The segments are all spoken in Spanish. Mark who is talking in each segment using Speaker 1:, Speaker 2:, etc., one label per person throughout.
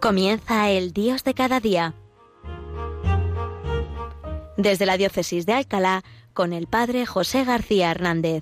Speaker 1: Comienza el Dios de cada día. Desde la Diócesis de Alcalá, con el Padre José García Hernández.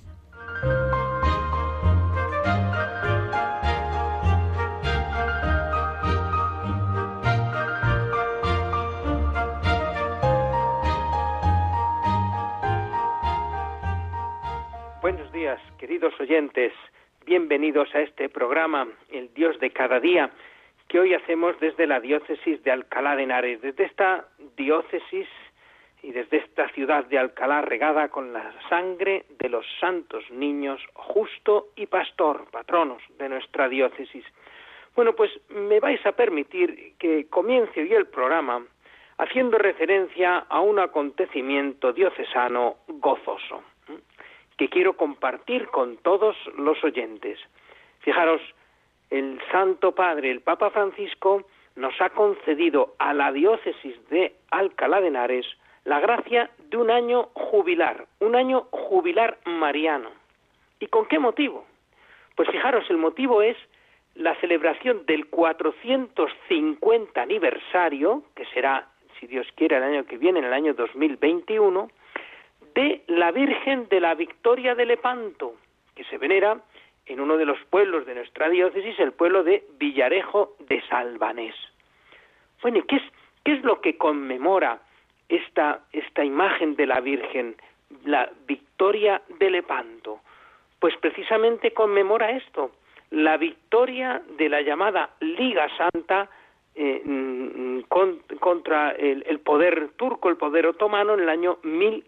Speaker 2: Buenos días, queridos oyentes. Bienvenidos a este programa, El Dios de cada día, que hoy hacemos desde la Diócesis de Alcalá de Henares. Desde esta diócesis y desde esta ciudad de Alcalá regada con la sangre de los santos niños Justo y Pastor, patronos de nuestra diócesis. Bueno, pues me vais a permitir que comience hoy el programa haciendo referencia a un acontecimiento diocesano gozoso, que quiero compartir con todos los oyentes. Fijaros, el Santo Padre, el Papa Francisco, nos ha concedido a la diócesis de Alcalá de Henares la gracia de un año jubilar mariano. ¿Y con qué motivo? Pues fijaros, el motivo es la celebración del 450 aniversario, que será, si Dios quiere, el año que viene, en el año 2021, de la Virgen de la Victoria de Lepanto, que se venera en uno de los pueblos de nuestra diócesis, el pueblo de Villarejo de Salvanés. Bueno, ¿y qué es lo que conmemora esta imagen de la Virgen, la Victoria de Lepanto? Pues precisamente conmemora esto, la victoria de la llamada Liga Santa contra el poder turco, el poder otomano, en el año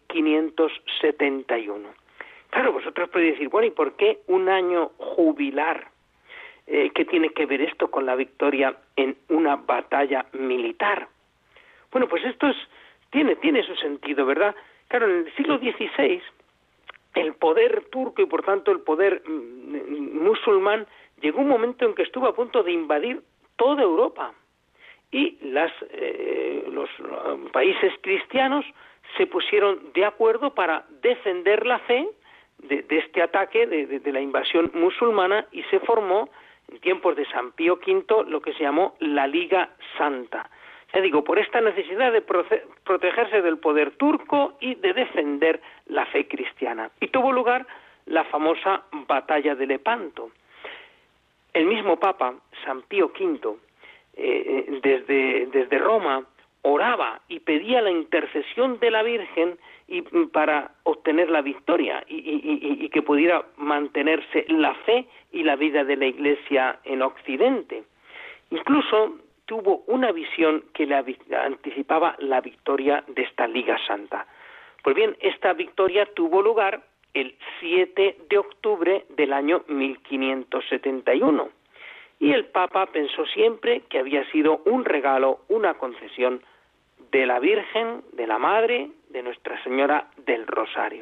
Speaker 2: 1571. Claro, vosotros podéis decir, bueno, ¿y por qué un año jubilar? ¿Qué tiene que ver esto con la victoria en una batalla militar? Bueno, pues esto tiene su sentido, ¿verdad? Claro, en el siglo XVI, el poder turco y por tanto el poder musulmán llegó un momento en que estuvo a punto de invadir toda Europa. Y los países cristianos se pusieron de acuerdo para defender la fe de este ataque de la invasión musulmana, y se formó en tiempos de San Pío V lo que se llamó la Liga Santa. Ya digo, por esta necesidad de protegerse del poder turco y de defender la fe cristiana. Y tuvo lugar la famosa batalla de Lepanto. El mismo Papa, San Pío V, desde Roma, oraba y pedía la intercesión de la Virgen para obtener la victoria y que pudiera mantenerse la fe y la vida de la Iglesia en Occidente. Incluso tuvo una visión que le anticipaba la victoria de esta Liga Santa. Pues bien, esta victoria tuvo lugar el 7 de octubre del año 1571. Y el Papa pensó siempre que había sido un regalo, una concesión de la Virgen, de la Madre, de Nuestra Señora del Rosario.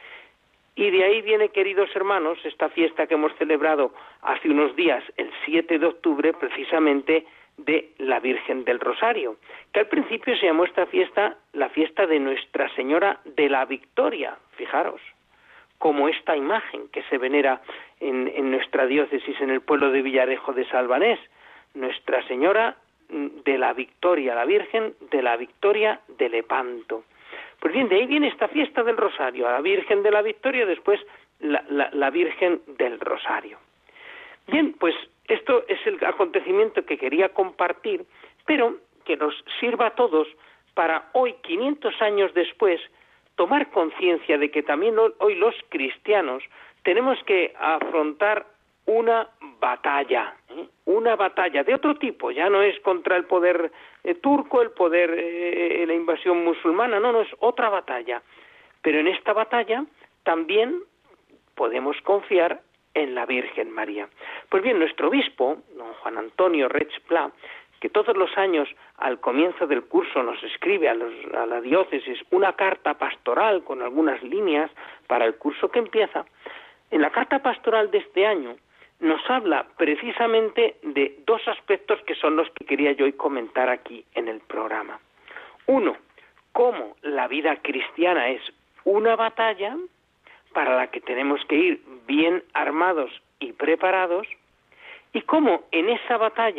Speaker 2: Y de ahí viene, queridos hermanos, esta fiesta que hemos celebrado hace unos días, el 7 de octubre, precisamente de la Virgen del Rosario, que al principio se llamó esta fiesta la fiesta de Nuestra Señora de la Victoria, fijaros, como esta imagen que se venera en nuestra diócesis, en el pueblo de Villarejo de Salvanés, Nuestra Señora de la Victoria, la Virgen de la Victoria de Lepanto. Pues bien, de ahí viene esta fiesta del Rosario, a la Virgen de la Victoria, después la Virgen del Rosario. Bien, pues esto es el acontecimiento que quería compartir, pero que nos sirva a todos para hoy, 500 años después, tomar conciencia de que también hoy los cristianos tenemos que afrontar una batalla de otro tipo. Ya no es contra el poder turco, el poder, la invasión musulmana, no, es otra batalla. Pero en esta batalla también podemos confiar en la Virgen María. Pues bien, nuestro obispo, don Juan Antonio Reig Pla, que todos los años al comienzo del curso nos escribe a la diócesis una carta pastoral con algunas líneas para el curso que empieza, en la carta pastoral de este año nos habla precisamente de dos aspectos que son los que quería yo hoy comentar aquí en el programa. Uno, cómo la vida cristiana es una batalla para la que tenemos que ir bien armados y preparados, y cómo en esa batalla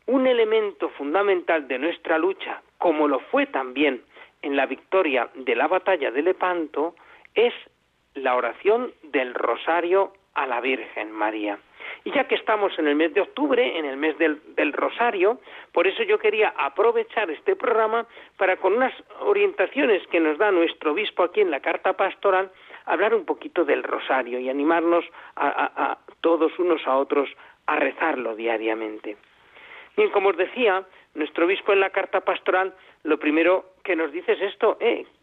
Speaker 2: un elemento fundamental de nuestra lucha, como lo fue también en la victoria de la batalla de Lepanto, es la oración del rosario a la Virgen María. Y ya que estamos en el mes de octubre, en el mes del rosario, por eso yo quería aprovechar este programa para, con unas orientaciones que nos da nuestro obispo aquí en la carta pastoral, hablar un poquito del rosario y animarnos a todos unos a otros a rezarlo diariamente. Bien, como os decía, nuestro obispo en la carta pastoral lo primero que nos dice es esto,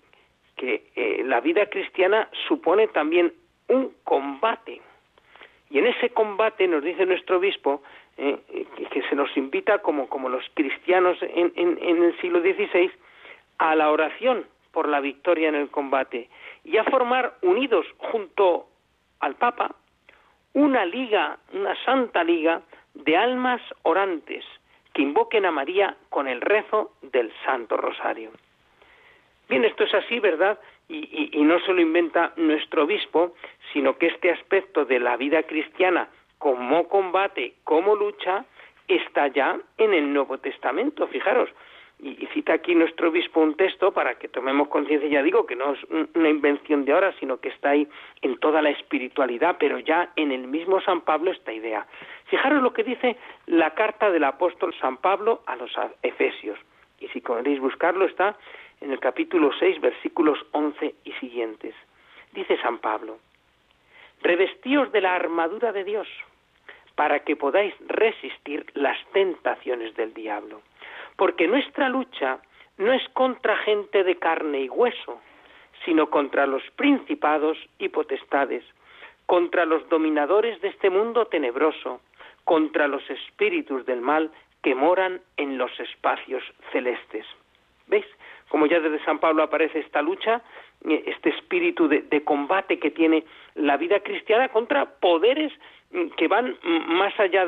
Speaker 2: que la vida cristiana supone también un combate. Y en ese combate nos dice nuestro obispo que se nos invita como los cristianos en el siglo XVI a la oración por la victoria en el combate y a formar unidos junto al Papa una liga, una santa liga de almas orantes que invoquen a María con el rezo del Santo Rosario. Bien, esto es así, ¿verdad? Y no se lo inventa nuestro obispo, sino que este aspecto de la vida cristiana como combate, como lucha, está ya en el Nuevo Testamento, fijaros. Y cita aquí nuestro obispo un texto para que tomemos conciencia, ya digo, que no es una invención de ahora, sino que está ahí en toda la espiritualidad, pero ya en el mismo San Pablo esta idea. Fijaros lo que dice la carta del apóstol San Pablo a los Efesios. Y si queréis buscarlo, está en el capítulo 6, versículos 11 y siguientes. Dice San Pablo: revestíos de la armadura de Dios, para que podáis resistir las tentaciones del diablo. Porque nuestra lucha no es contra gente de carne y hueso, sino contra los principados y potestades, contra los dominadores de este mundo tenebroso, contra los espíritus del mal que moran en los espacios celestes. ¿Veis? Como ya desde San Pablo aparece esta lucha, este espíritu de combate que tiene la vida cristiana contra poderes que van más allá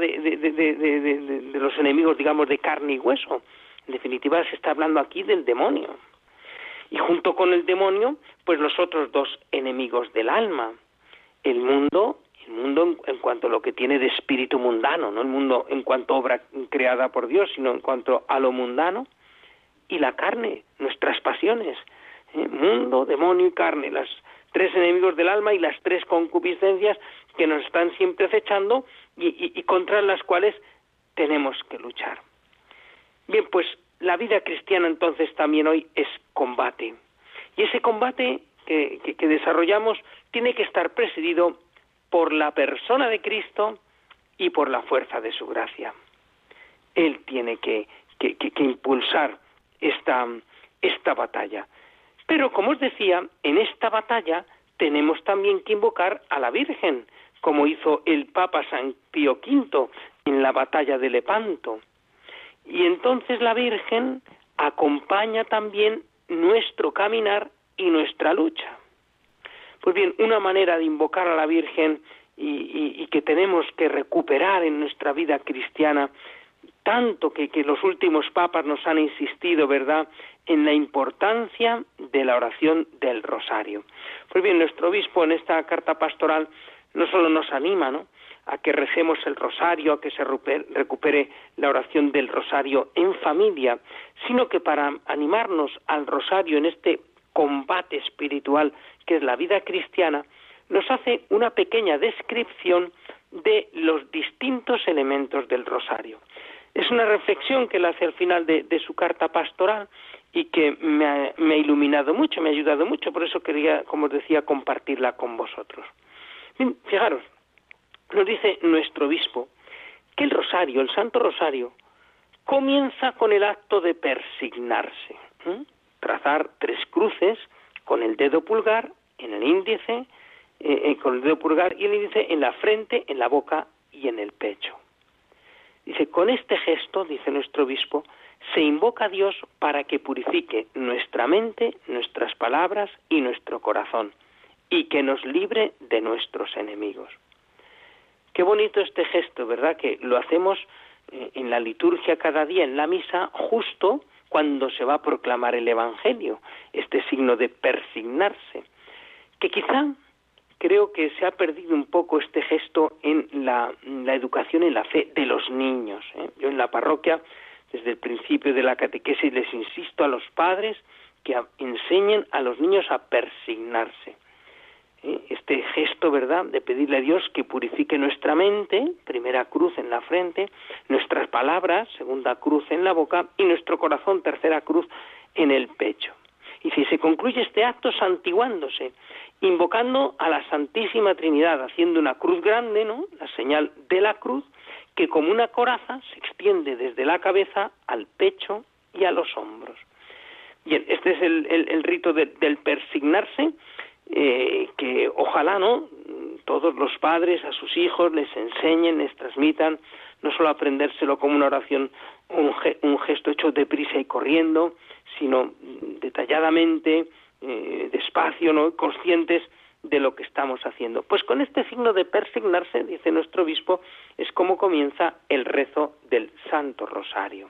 Speaker 2: de los enemigos, digamos, de carne y hueso. En definitiva, se está hablando aquí del demonio. Y junto con el demonio, pues los otros dos enemigos del alma. El mundo en cuanto a lo que tiene de espíritu mundano, no el mundo en cuanto a obra creada por Dios, sino en cuanto a lo mundano. Y la carne, nuestras pasiones, mundo, demonio y carne, las tres enemigos del alma y las tres concupiscencias que nos están siempre acechando y contra las cuales tenemos que luchar. Bien, pues la vida cristiana entonces también hoy es combate. Y ese combate que desarrollamos tiene que estar presidido por la persona de Cristo y por la fuerza de su gracia. Él tiene que impulsar esta batalla. Pero, como os decía, en esta batalla tenemos también que invocar a la Virgen, como hizo el Papa San Pío V en la batalla de Lepanto. Y entonces la Virgen acompaña también nuestro caminar y nuestra lucha. Pues bien, una manera de invocar a la Virgen y que tenemos que recuperar en nuestra vida cristiana, tanto que los últimos papas nos han insistido, ¿verdad?, en la importancia de la oración del rosario. Pues bien, nuestro obispo en esta carta pastoral no solo nos anima, ¿no?, a que recemos el rosario, a que se recupere la oración del rosario en familia, sino que para animarnos al rosario en este combate espiritual que es la vida cristiana, nos hace una pequeña descripción de los distintos elementos del rosario. Es una reflexión que él hace al final de su carta pastoral y que me ha iluminado mucho, me ha ayudado mucho, por eso quería, como os decía, compartirla con vosotros. Bien, fijaros, nos dice nuestro obispo que el rosario, el Santo Rosario, comienza con el acto de persignarse, trazar 3 cruces con el dedo pulgar en el índice, con el dedo pulgar y el índice en la frente, en la boca y en el pecho. Dice, con este gesto, dice nuestro obispo, se invoca a Dios para que purifique nuestra mente, nuestras palabras y nuestro corazón, y que nos libre de nuestros enemigos. Qué bonito este gesto, ¿verdad?, que lo hacemos en la liturgia cada día, en la misa, justo cuando se va a proclamar el Evangelio, este signo de persignarse, que quizá creo que se ha perdido un poco este gesto en la en la educación en la fe de los niños. Yo en la parroquia, desde el principio de la catequesis, les insisto a los padres que enseñen a los niños a persignarse. Este gesto, ¿verdad?, de pedirle a Dios que purifique nuestra mente, primera cruz en la frente, nuestras palabras, segunda cruz en la boca, y nuestro corazón, tercera cruz en el pecho. Y si se concluye este acto santiguándose, invocando a la Santísima Trinidad, haciendo una cruz grande, ¿no?, la señal de la cruz, que como una coraza se extiende desde la cabeza al pecho y a los hombros. Bien, este es el rito del persignarse, que ojalá, ¿no?, todos los padres a sus hijos les enseñen, les transmitan, no solo aprendérselo como una oración, un gesto hecho deprisa y corriendo, sino detalladamente, despacio, ¿no?, conscientes de lo que estamos haciendo. Pues con este signo de persignarse, dice nuestro obispo, es como comienza el rezo del Santo Rosario.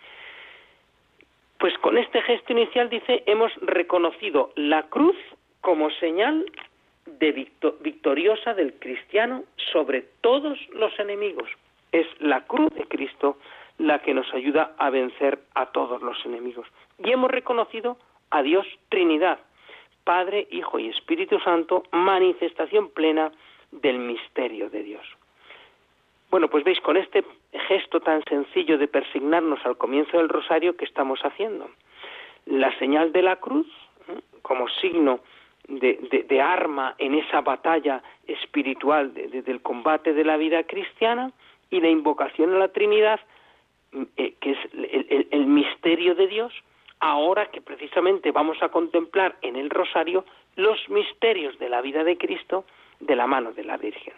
Speaker 2: Pues con este gesto inicial, dice, hemos reconocido la cruz como señal de victoriosa del cristiano sobre todos los enemigos. Es la cruz de Cristo la que nos ayuda a vencer a todos los enemigos. Y hemos reconocido a Dios Trinidad, Padre, Hijo y Espíritu Santo, manifestación plena del misterio de Dios. Bueno, pues veis, con este gesto tan sencillo de persignarnos al comienzo del rosario, ¿qué estamos haciendo? La señal de la cruz, como signo de arma en esa batalla espiritual del combate de la vida cristiana, y la invocación a la Trinidad, que es el misterio de Dios, ahora que precisamente vamos a contemplar en el rosario los misterios de la vida de Cristo de la mano de la Virgen.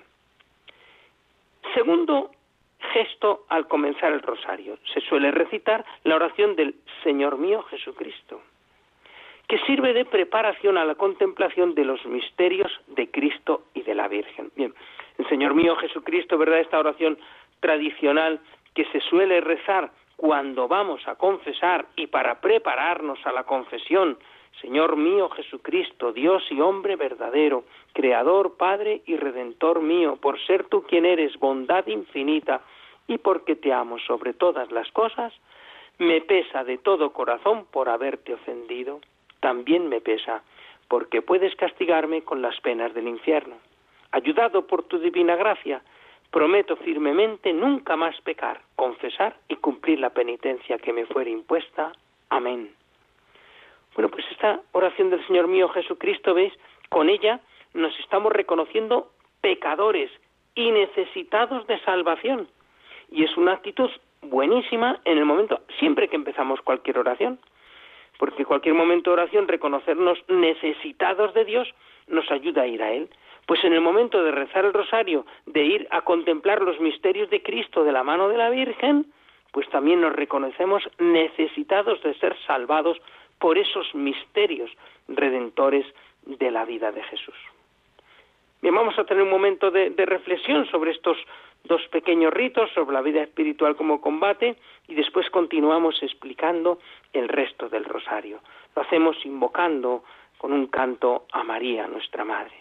Speaker 2: Segundo gesto al comenzar el rosario, se suele recitar la oración del Señor mío Jesucristo, que sirve de preparación a la contemplación de los misterios de Cristo y de la Virgen. Bien, el Señor mío Jesucristo, ¿verdad?, esta oración tradicional que se suele rezar cuando vamos a confesar y para prepararnos a la confesión: Señor mío Jesucristo, Dios y hombre verdadero, Creador, Padre y Redentor mío, por ser tú quien eres, bondad infinita, y porque te amo sobre todas las cosas, me pesa de todo corazón por haberte ofendido. También me pesa porque puedes castigarme con las penas del infierno. Ayudado por tu divina gracia, prometo firmemente nunca más pecar, confesar y cumplir la penitencia que me fuere impuesta. Amén. Bueno, pues esta oración del Señor mío Jesucristo, ¿veis?, con ella nos estamos reconociendo pecadores y necesitados de salvación. Y es una actitud buenísima en el momento, siempre que empezamos cualquier oración. Porque cualquier momento de oración, reconocernos necesitados de Dios, nos ayuda a ir a Él. Pues en el momento de rezar el rosario, de ir a contemplar los misterios de Cristo de la mano de la Virgen, pues también nos reconocemos necesitados de ser salvados por esos misterios redentores de la vida de Jesús. Bien, vamos a tener un momento de reflexión sobre estos dos pequeños ritos, sobre la vida espiritual como combate, y después continuamos explicando el resto del rosario. Lo hacemos invocando con un canto a María, nuestra Madre.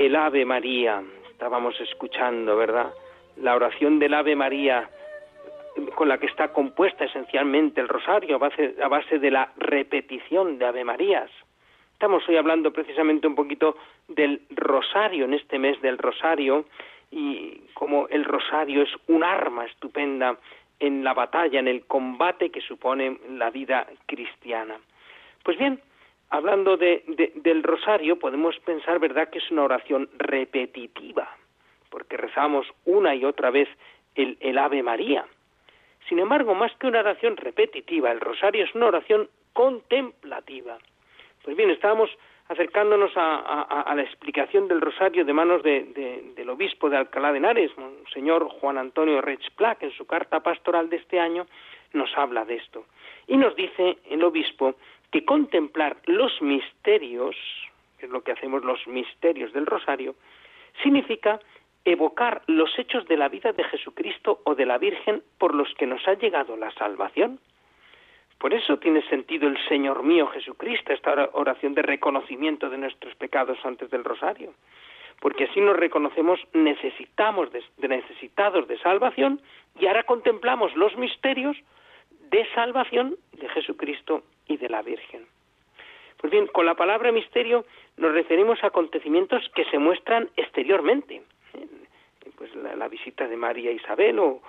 Speaker 2: el Ave María. Estábamos escuchando, ¿verdad? La oración del Ave María, con la que está compuesta esencialmente el rosario, a base de la repetición de Ave Marías. Estamos hoy hablando precisamente un poquito del rosario, en este mes del rosario, y como el rosario es un arma estupenda en la batalla, en el combate que supone la vida cristiana. Pues bien, hablando del rosario, podemos pensar, ¿verdad?, que es una oración repetitiva, porque rezamos una y otra vez el Ave María. Sin embargo, más que una oración repetitiva, el rosario es una oración contemplativa. Pues bien, estábamos acercándonos a la explicación del rosario de manos del obispo de Alcalá de Henares, Monseñor Juan Antonio Reig Pla, que en su carta pastoral de este año nos habla de esto. Y nos dice el obispo que contemplar los misterios, que es lo que hacemos los misterios del rosario, significa evocar los hechos de la vida de Jesucristo o de la Virgen por los que nos ha llegado la salvación. Por eso tiene sentido el Señor mío Jesucristo, esta oración de reconocimiento de nuestros pecados antes del rosario, porque así nos reconocemos necesitados de salvación y ahora contemplamos los misterios de salvación de Jesucristo y de la Virgen. Pues bien, con la palabra misterio nos referimos a acontecimientos que se muestran exteriormente, pues la visita de María a Isabel o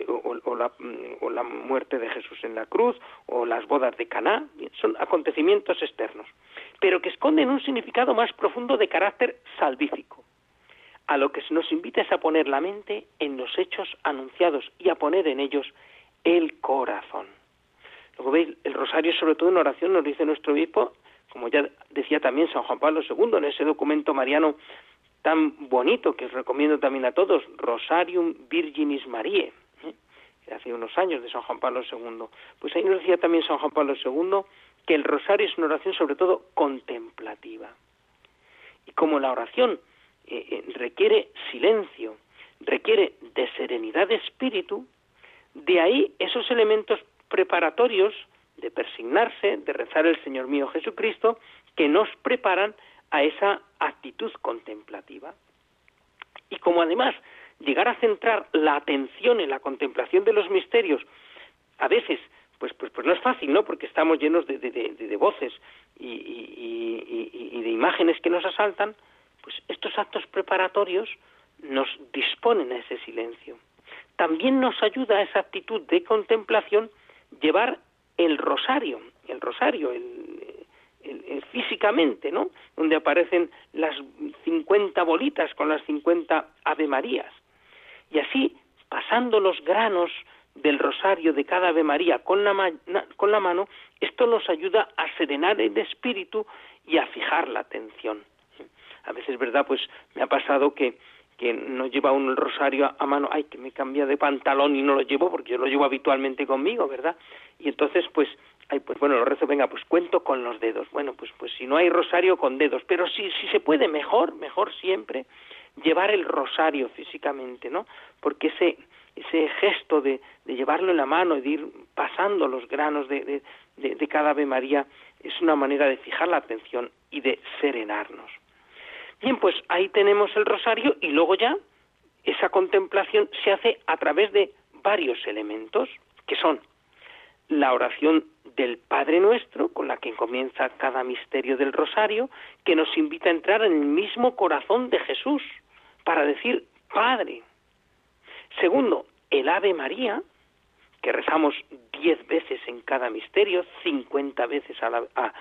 Speaker 2: la muerte de Jesús en la cruz o las bodas de Caná. Son acontecimientos externos, pero que esconden un significado más profundo de carácter salvífico. A lo que se nos invita es a poner la mente en los hechos anunciados y a poner en ellos el corazón. Luego veis, el rosario es sobre todo una oración, nos dice nuestro obispo, como ya decía también San Juan Pablo II en ese documento mariano tan bonito que os recomiendo también a todos, Rosarium Virginis Mariae, hace unos años de San Juan Pablo II. Pues ahí nos decía también San Juan Pablo II que el rosario es una oración sobre todo contemplativa. Y como la oración requiere silencio, requiere de serenidad de espíritu, de ahí esos elementos preparatorios de persignarse, de rezar el Señor mío Jesucristo, que nos preparan a esa actitud contemplativa. Y como además llegar a centrar la atención en la contemplación de los misterios, a veces pues no es fácil, ¿no? Porque estamos llenos de voces y de imágenes que nos asaltan, pues estos actos preparatorios nos disponen a ese silencio. También nos ayuda a esa actitud de contemplación llevar el rosario físicamente, ¿no? Donde aparecen las 50 bolitas con las 50 Ave Marías. Y así, pasando los granos del rosario de cada Ave María con la mano, esto nos ayuda a serenar el espíritu y a fijar la atención. A veces, ¿verdad? Pues me ha pasado que no lleva uno el rosario a mano, ay, que me cambia de pantalón y no lo llevo porque yo lo llevo habitualmente conmigo, ¿verdad? Y entonces, pues bueno, lo rezo, venga, pues cuento con los dedos. Bueno, pues si no hay rosario, con dedos. Pero si se puede, mejor siempre llevar el rosario físicamente, ¿no? Porque ese gesto de llevarlo en la mano y de ir pasando los granos de cada Ave María es una manera de fijar la atención y de serenarnos. Bien, pues ahí tenemos el rosario y luego ya esa contemplación se hace a través de varios elementos, que son la oración del Padre Nuestro, con la que comienza cada misterio del rosario, que nos invita a entrar en el mismo corazón de Jesús, para decir Padre. Segundo, el Ave María, que rezamos 10 veces en cada misterio, 50 veces a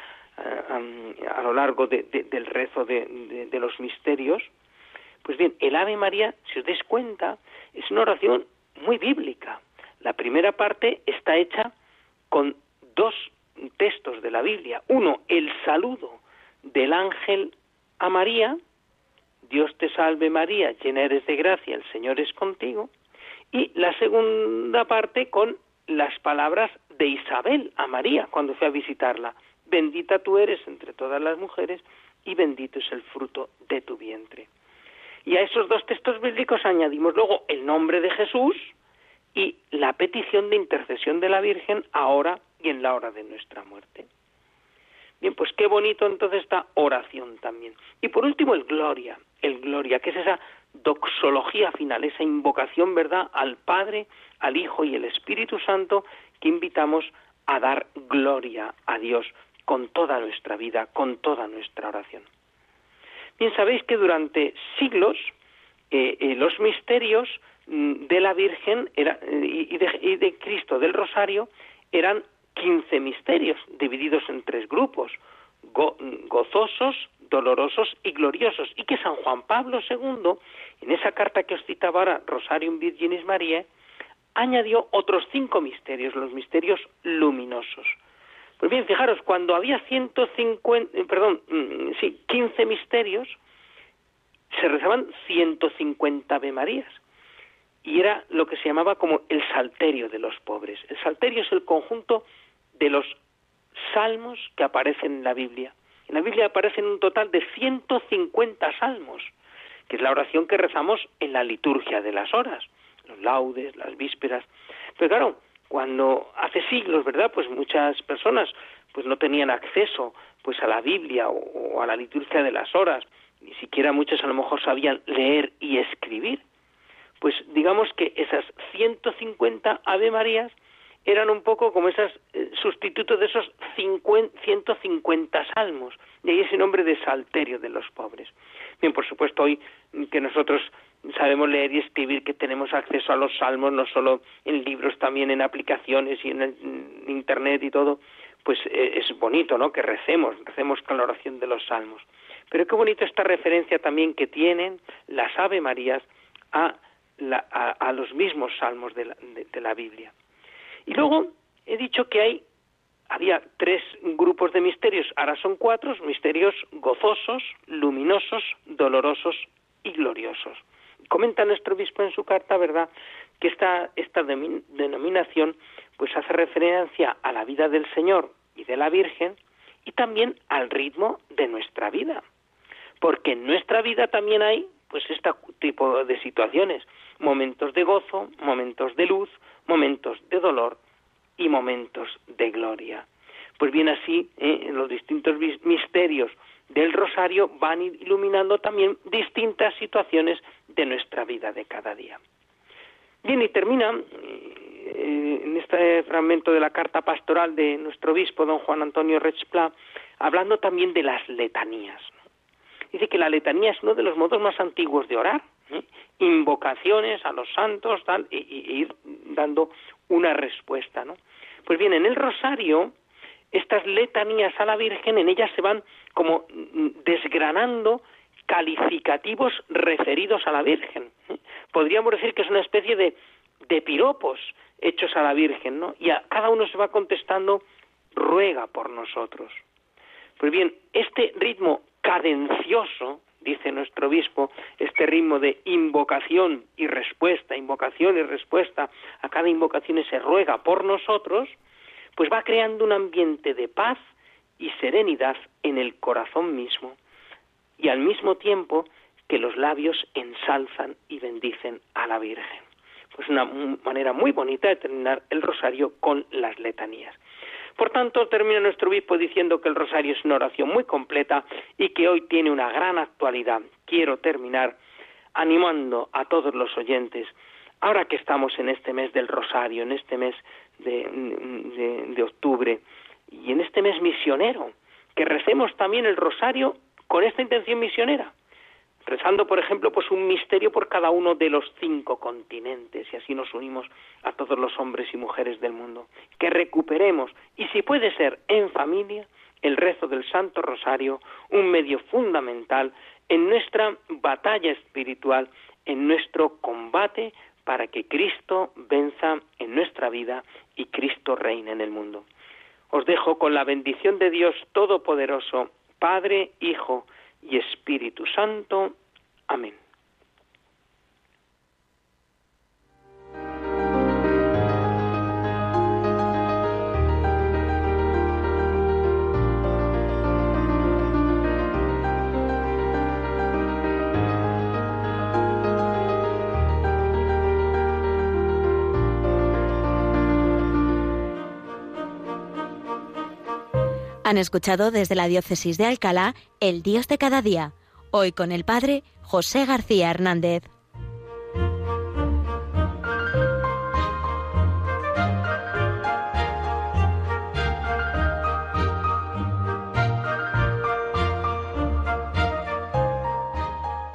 Speaker 2: lo largo del rezo de los misterios. Pues bien, el Ave María, si os dais cuenta, es una oración muy bíblica. La primera parte está hecha con dos textos de la Biblia. Uno, el saludo del ángel a María, Dios te salve María, llena eres de gracia, el Señor es contigo. Y la segunda parte con las palabras de Isabel a María cuando fue a visitarla. Bendita tú eres entre todas las mujeres y bendito es el fruto de tu vientre. Y a esos dos textos bíblicos añadimos luego el nombre de Jesús y la petición de intercesión de la Virgen ahora y en la hora de nuestra muerte. Bien, pues qué bonito entonces esta oración también. Y por último el Gloria. el Gloria, que es esa doxología final, esa invocación, ¿verdad?, al Padre, al Hijo y el Espíritu Santo, que invitamos a dar gloria a Dios con toda nuestra vida, con toda nuestra oración. Bien, sabéis que durante siglos los misterios de la Virgen y de Cristo del Rosario eran 15 misterios, divididos en 3 grupos, gozosos, dolorosos y gloriosos, y que San Juan Pablo II, en esa carta que os citaba ahora, Rosarium Virginis Mariae, añadió otros 5 misterios, los misterios luminosos. Pues bien, fijaros, cuando había 15 misterios, se rezaban 150 Ave Marías, y era lo que se llamaba como el salterio de los pobres. El salterio es el conjunto de los salmos que aparecen en la Biblia. En la Biblia aparecen un total de 150 salmos, que es la oración que rezamos en la liturgia de las horas, los laudes, las vísperas. Pero claro, cuando hace siglos, ¿verdad?, pues muchas personas pues no tenían acceso pues a la Biblia o a la liturgia de las horas, ni siquiera muchos a lo mejor sabían leer y escribir. Pues digamos que esas 150 Ave Marías eran un poco como esos sustitutos de esos 150 salmos, y ahí ese nombre de salterio de los pobres. Bien, por supuesto, hoy que nosotros sabemos leer y escribir, que tenemos acceso a los salmos, no solo en libros, también en aplicaciones y en internet y todo, pues es bonito, ¿no?, que recemos con la oración de los salmos. Pero qué bonito esta referencia también que tienen las Ave Marías a los mismos salmos de la Biblia. Y luego he dicho que había 3 grupos de misterios, ahora son 4, misterios gozosos, luminosos, dolorosos y gloriosos. Comenta nuestro obispo en su carta, ¿verdad?, que esta denominación pues hace referencia a la vida del Señor y de la Virgen y también al ritmo de nuestra vida. Porque en nuestra vida también hay pues este tipo de situaciones, momentos de gozo, momentos de luz, momentos de dolor y momentos de gloria. Pues bien, así los distintos misterios del Rosario van iluminando también distintas situaciones de nuestra vida de cada día. Bien, y termina en este fragmento de la carta pastoral de nuestro obispo, don Juan Antonio Reig Pla, hablando también de las letanías. Dice que la letanía es uno de los modos más antiguos de orar, invocaciones a los santos, tal, y ir dando una respuesta, ¿no? Pues bien, en el Rosario, estas letanías a la Virgen, en ellas se van como desgranando calificativos referidos a la Virgen. Podríamos decir que es una especie de piropos hechos a la Virgen, ¿no? Y a cada uno se va contestando, ruega por nosotros. Pues bien, este ritmo cadencioso, dice nuestro obispo, este ritmo de invocación y respuesta, a cada invocación se ruega por nosotros, pues va creando un ambiente de paz y serenidad en el corazón mismo, y al mismo tiempo que los labios ensalzan y bendicen a la Virgen. Pues una manera muy bonita de terminar el rosario con las letanías. Por tanto, termina nuestro obispo diciendo que el rosario es una oración muy completa y que hoy tiene una gran actualidad. Quiero terminar animando a todos los oyentes, ahora que estamos en este mes del rosario, en este mes de octubre y en este mes misionero, que recemos también el rosario con esta intención misionera, rezando, por ejemplo, pues un misterio por cada uno de los 5 continentes, y así nos unimos a todos los hombres y mujeres del mundo. Que recuperemos, y si puede ser en familia, el rezo del Santo Rosario, un medio fundamental en nuestra batalla espiritual, en nuestro combate para que Cristo venza en nuestra vida y Cristo reine en el mundo. Os dejo con la bendición de Dios Todopoderoso, Padre, Hijo y Espíritu Santo. Amén.
Speaker 1: Han escuchado desde la Diócesis de Alcalá, El Dios de cada día, Hoy con el padre José García Hernández.